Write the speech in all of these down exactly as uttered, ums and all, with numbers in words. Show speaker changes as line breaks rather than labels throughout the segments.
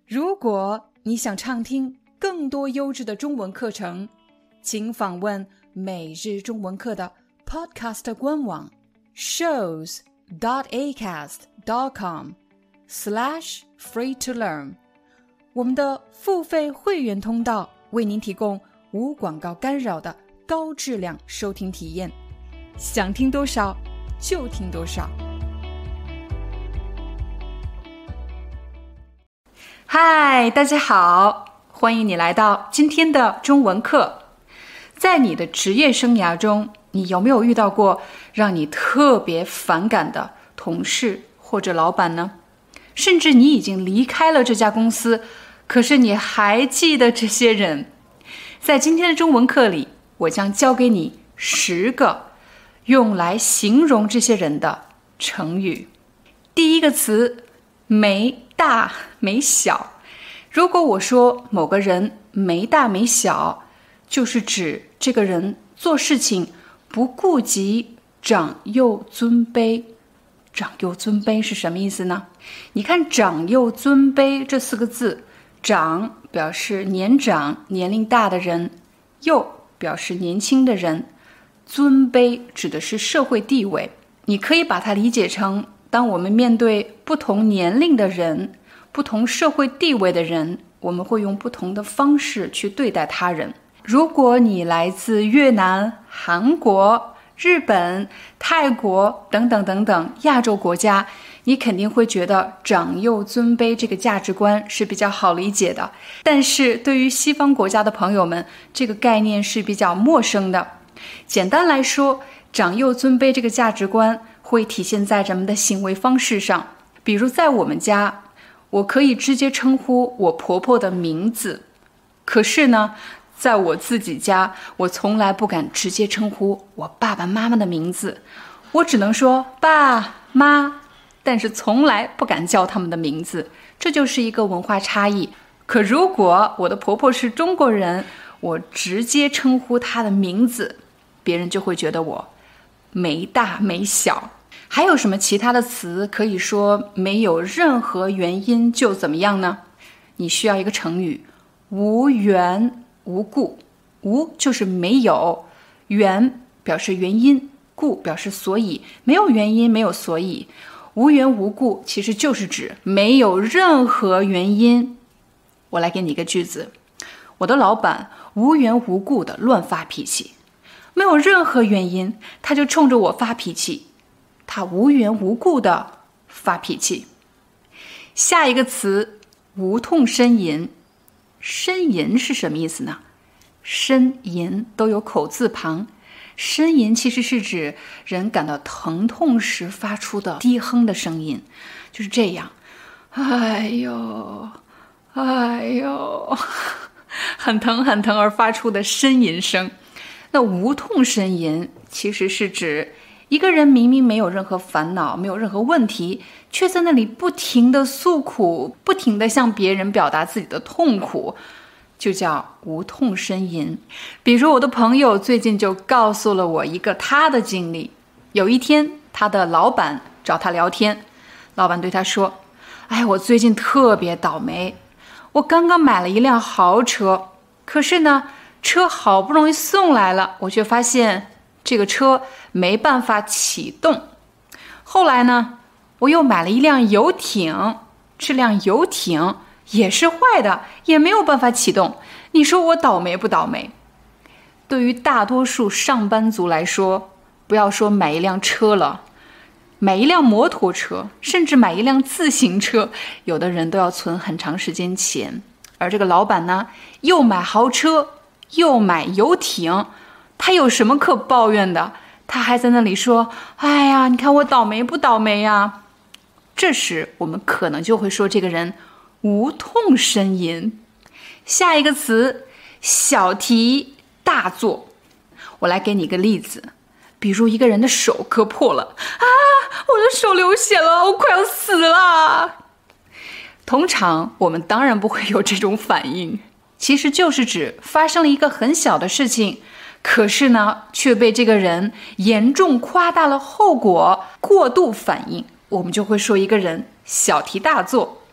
如果你想畅听更多优质的中文课程，请访问每日中文课的 Podcast 官网 shows dot acast dot com slash free to learn。 我们的付费会员通道为您提供无广告干扰的高质量收听体验，想听多少就听多少。嗨，大家好，欢迎你来到今天的中文课。在你的职业生涯中，你有没有遇到过让你特别反感的同事或者老板呢？甚至你已经离开了这家公司，可是你还记得这些人。在今天的中文课里，我将教给你十个用来形容这些人的成语。第一个词，没大没小。如果我说某个人没大没小，就是指这个人做事情不顾及长幼尊卑。长幼尊卑是什么意思呢？你看长幼尊卑这四个字，长表示年长年龄大的人，幼表示年轻的人，尊卑指的是社会地位。你可以把它理解成，当我们面对不同年龄的人，不同社会地位的人，我们会用不同的方式去对待他人。如果你来自越南、韩国、日本、泰国等等等等亚洲国家，你肯定会觉得长幼尊卑这个价值观是比较好理解的。但是对于西方国家的朋友们，这个概念是比较陌生的。简单来说，长幼尊卑这个价值观会体现在咱们的行为方式上。比如在我们家，我可以直接称呼我婆婆的名字，可是呢，在我自己家，我从来不敢直接称呼我爸爸妈妈的名字，我只能说爸妈，但是从来不敢叫他们的名字，这就是一个文化差异。可如果我的婆婆是中国人，我直接称呼她的名字，别人就会觉得我没大没小。还有什么其他的词可以说没有任何原因就怎么样呢？你需要一个成语，无缘无故。无就是没有，缘表示原因，故表示所以，没有原因没有所以。无缘无故其实就是指没有任何原因。我来给你一个句子，我的老板无缘无故的乱发脾气，没有任何原因，他就冲着我发脾气，他无缘无故的发脾气。下一个词，无痛呻吟。呻吟是什么意思呢？呻吟都有口字旁，呻吟其实是指人感到疼痛时发出的低哼的声音，就是这样，哎呦哎呦，很疼很疼而发出的呻吟声。那无痛呻吟其实是指一个人明明没有任何烦恼，没有任何问题，却在那里不停地诉苦，不停地向别人表达自己的痛苦，就叫无痛呻吟。比如我的朋友最近就告诉了我一个他的经历。有一天，他的老板找他聊天，老板对他说，哎，我最近特别倒霉，我刚刚买了一辆豪车，可是呢，车好不容易送来了，我却发现这个车没办法启动。后来呢，我又买了一辆游艇，这辆游艇也是坏的，也没有办法启动。你说我倒霉不倒霉？对于大多数上班族来说，不要说买一辆车了，买一辆摩托车，甚至买一辆自行车，有的人都要存很长时间钱。而这个老板呢，又买豪车，又买游艇，他有什么可抱怨的？他还在那里说，哎呀，你看我倒霉不倒霉呀？这时我们可能就会说这个人无痛呻吟。下一个词，小题大做。我来给你一个例子，比如一个人的手割破了，啊，我的手流血了，我快要死了。通常我们当然不会有这种反应，其实就是指发生了一个很小的事情，可是呢，却被这个人严重夸大了后果，过度反应，我们就会说一个人小题大做。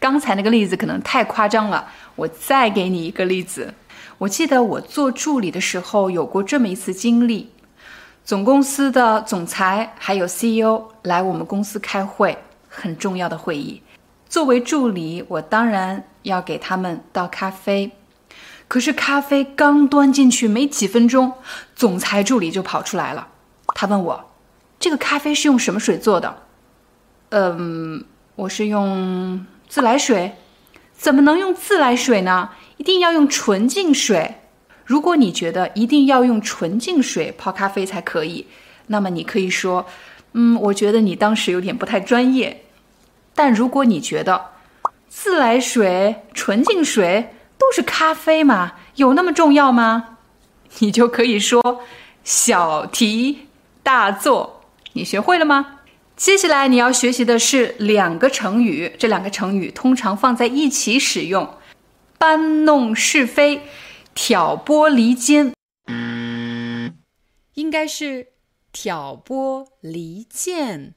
刚才那个例子可能太夸张了，我再给你一个例子。我记得我做助理的时候有过这么一次经历，总公司的总裁还有 C E O 来我们公司开会，很重要的会议。作为助理，我当然要给他们倒咖啡。可是咖啡刚端进去没几分钟，总裁助理就跑出来了。他问我，这个咖啡是用什么水做的？嗯，我是用自来水。怎么能用自来水呢？一定要用纯净水。如果你觉得一定要用纯净水泡咖啡才可以，那么你可以说，嗯，我觉得你当时有点不太专业。但如果你觉得自来水、纯净水都是咖啡嘛，有那么重要吗？你就可以说小题大做。你学会了吗？接下来你要学习的是两个成语，这两个成语通常放在一起使用：搬弄是非，挑拨离间。应该是挑拨离间。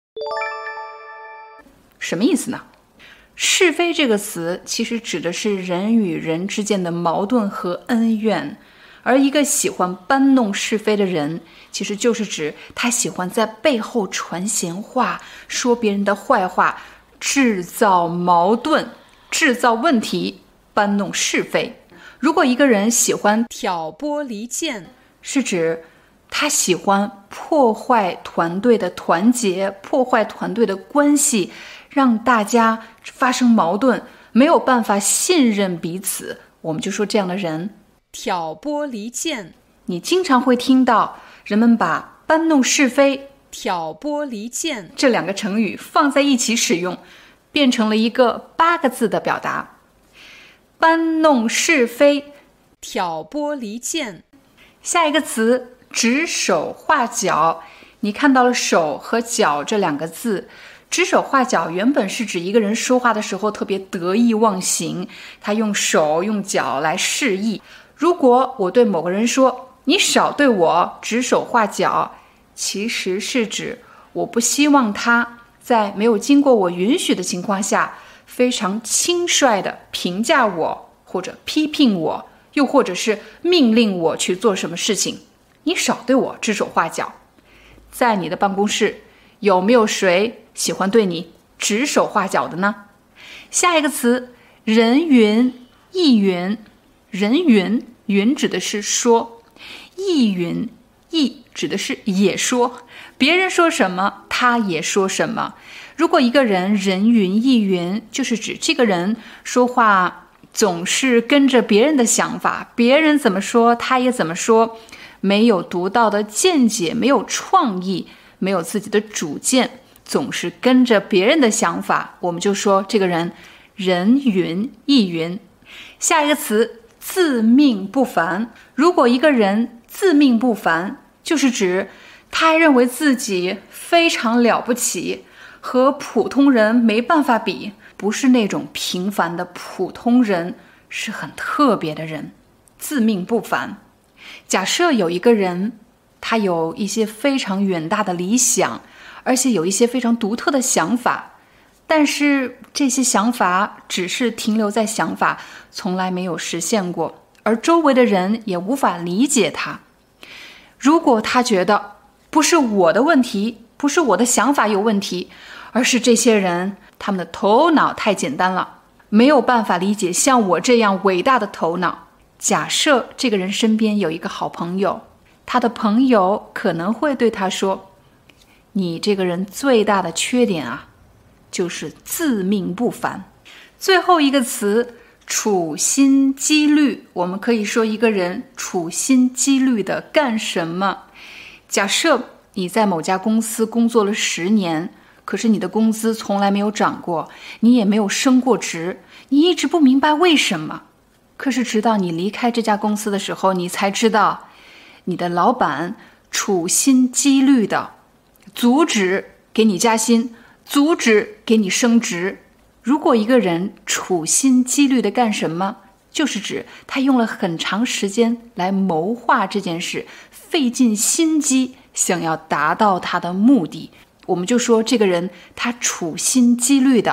什么意思呢？是非这个词其实指的是人与人之间的矛盾和恩怨，而一个喜欢搬弄是非的人，其实就是指他喜欢在背后传闲话，说别人的坏话，制造矛盾，制造问题，搬弄是非。如果一个人喜欢挑拨离间，是指他喜欢破坏团队的团结，破坏团队的关系，让大家发生矛盾，没有办法信任彼此，我们就说这样的人挑拨离间。你经常会听到人们把搬弄是非、挑拨离间这两个成语放在一起使用，变成了一个八个字的表达。搬弄是非，挑拨离间。下一个词指手画脚。你看到了手和脚这两个字，指手画脚原本是指一个人说话的时候特别得意忘形，他用手用脚来示意。如果我对某个人说，你少对我指手画脚，其实是指我不希望他在没有经过我允许的情况下，非常轻率地评价我，或者批评我，又或者是命令我去做什么事情。你少对我指手画脚。在你的办公室，有没有谁喜欢对你指手画脚的呢？下一个词人云亦云。人云，云指的是说，亦云，亦指的是也说，别人说什么他也说什么。如果一个人人云亦云，就是指这个人说话总是跟着别人的想法，别人怎么说他也怎么说，没有独到的见解，没有创意，没有自己的主见，总是跟着别人的想法，我们就说这个人人云亦云。下一个词自命不凡。如果一个人自命不凡，就是指他认为自己非常了不起，和普通人没办法比，不是那种平凡的普通人，是很特别的人，自命不凡。假设有一个人，他有一些非常远大的理想，而且有一些非常独特的想法，但是这些想法只是停留在想法，从来没有实现过，而周围的人也无法理解他。如果他觉得不是我的问题，不是我的想法有问题，而是这些人他们的头脑太简单了，没有办法理解像我这样伟大的头脑。假设这个人身边有一个好朋友，他的朋友可能会对他说，你这个人最大的缺点啊，就是自命不凡。最后一个词处心积虑。我们可以说一个人处心积虑的干什么。假设你在某家公司工作了十年，可是你的工资从来没有涨过，你也没有升过职，你一直不明白为什么。可是直到你离开这家公司的时候，你才知道你的老板处心积虑的阻止给你加薪，阻止给你升职。如果一个人处心积虑的干什么，就是指他用了很长时间来谋划这件事，费尽心机想要达到他的目的。我们就说这个人他处心积虑的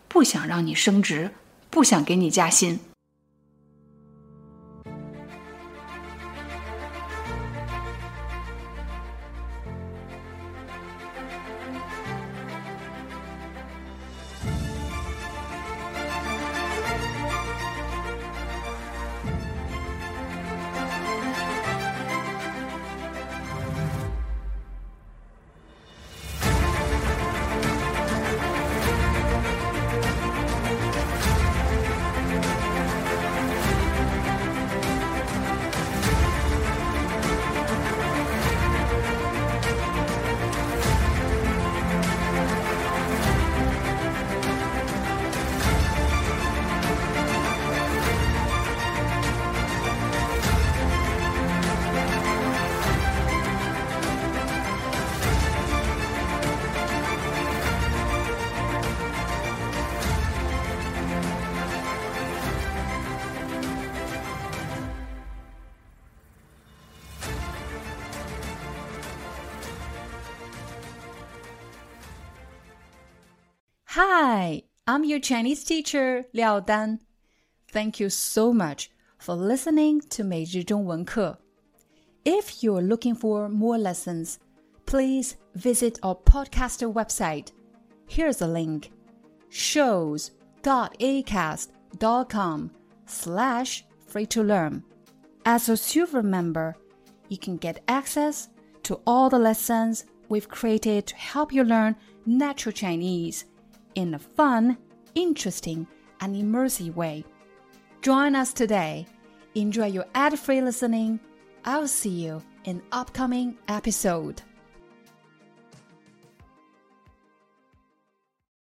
不想让你升职，不想给你加薪。Hi, I'm your Chinese teacher, Liao Dan. Thank you so much for listening to 每日中文课. If you're looking for more lessons, please visit our podcaster website. Here's a link, shows.acast.com slash free to learn. As a silver member, you can get access to all the lessons we've created to help you learn natural Chinese in a fun, interesting, and immersive way. Join us today. Enjoy your ad-free listening. I'll see you in upcoming episode.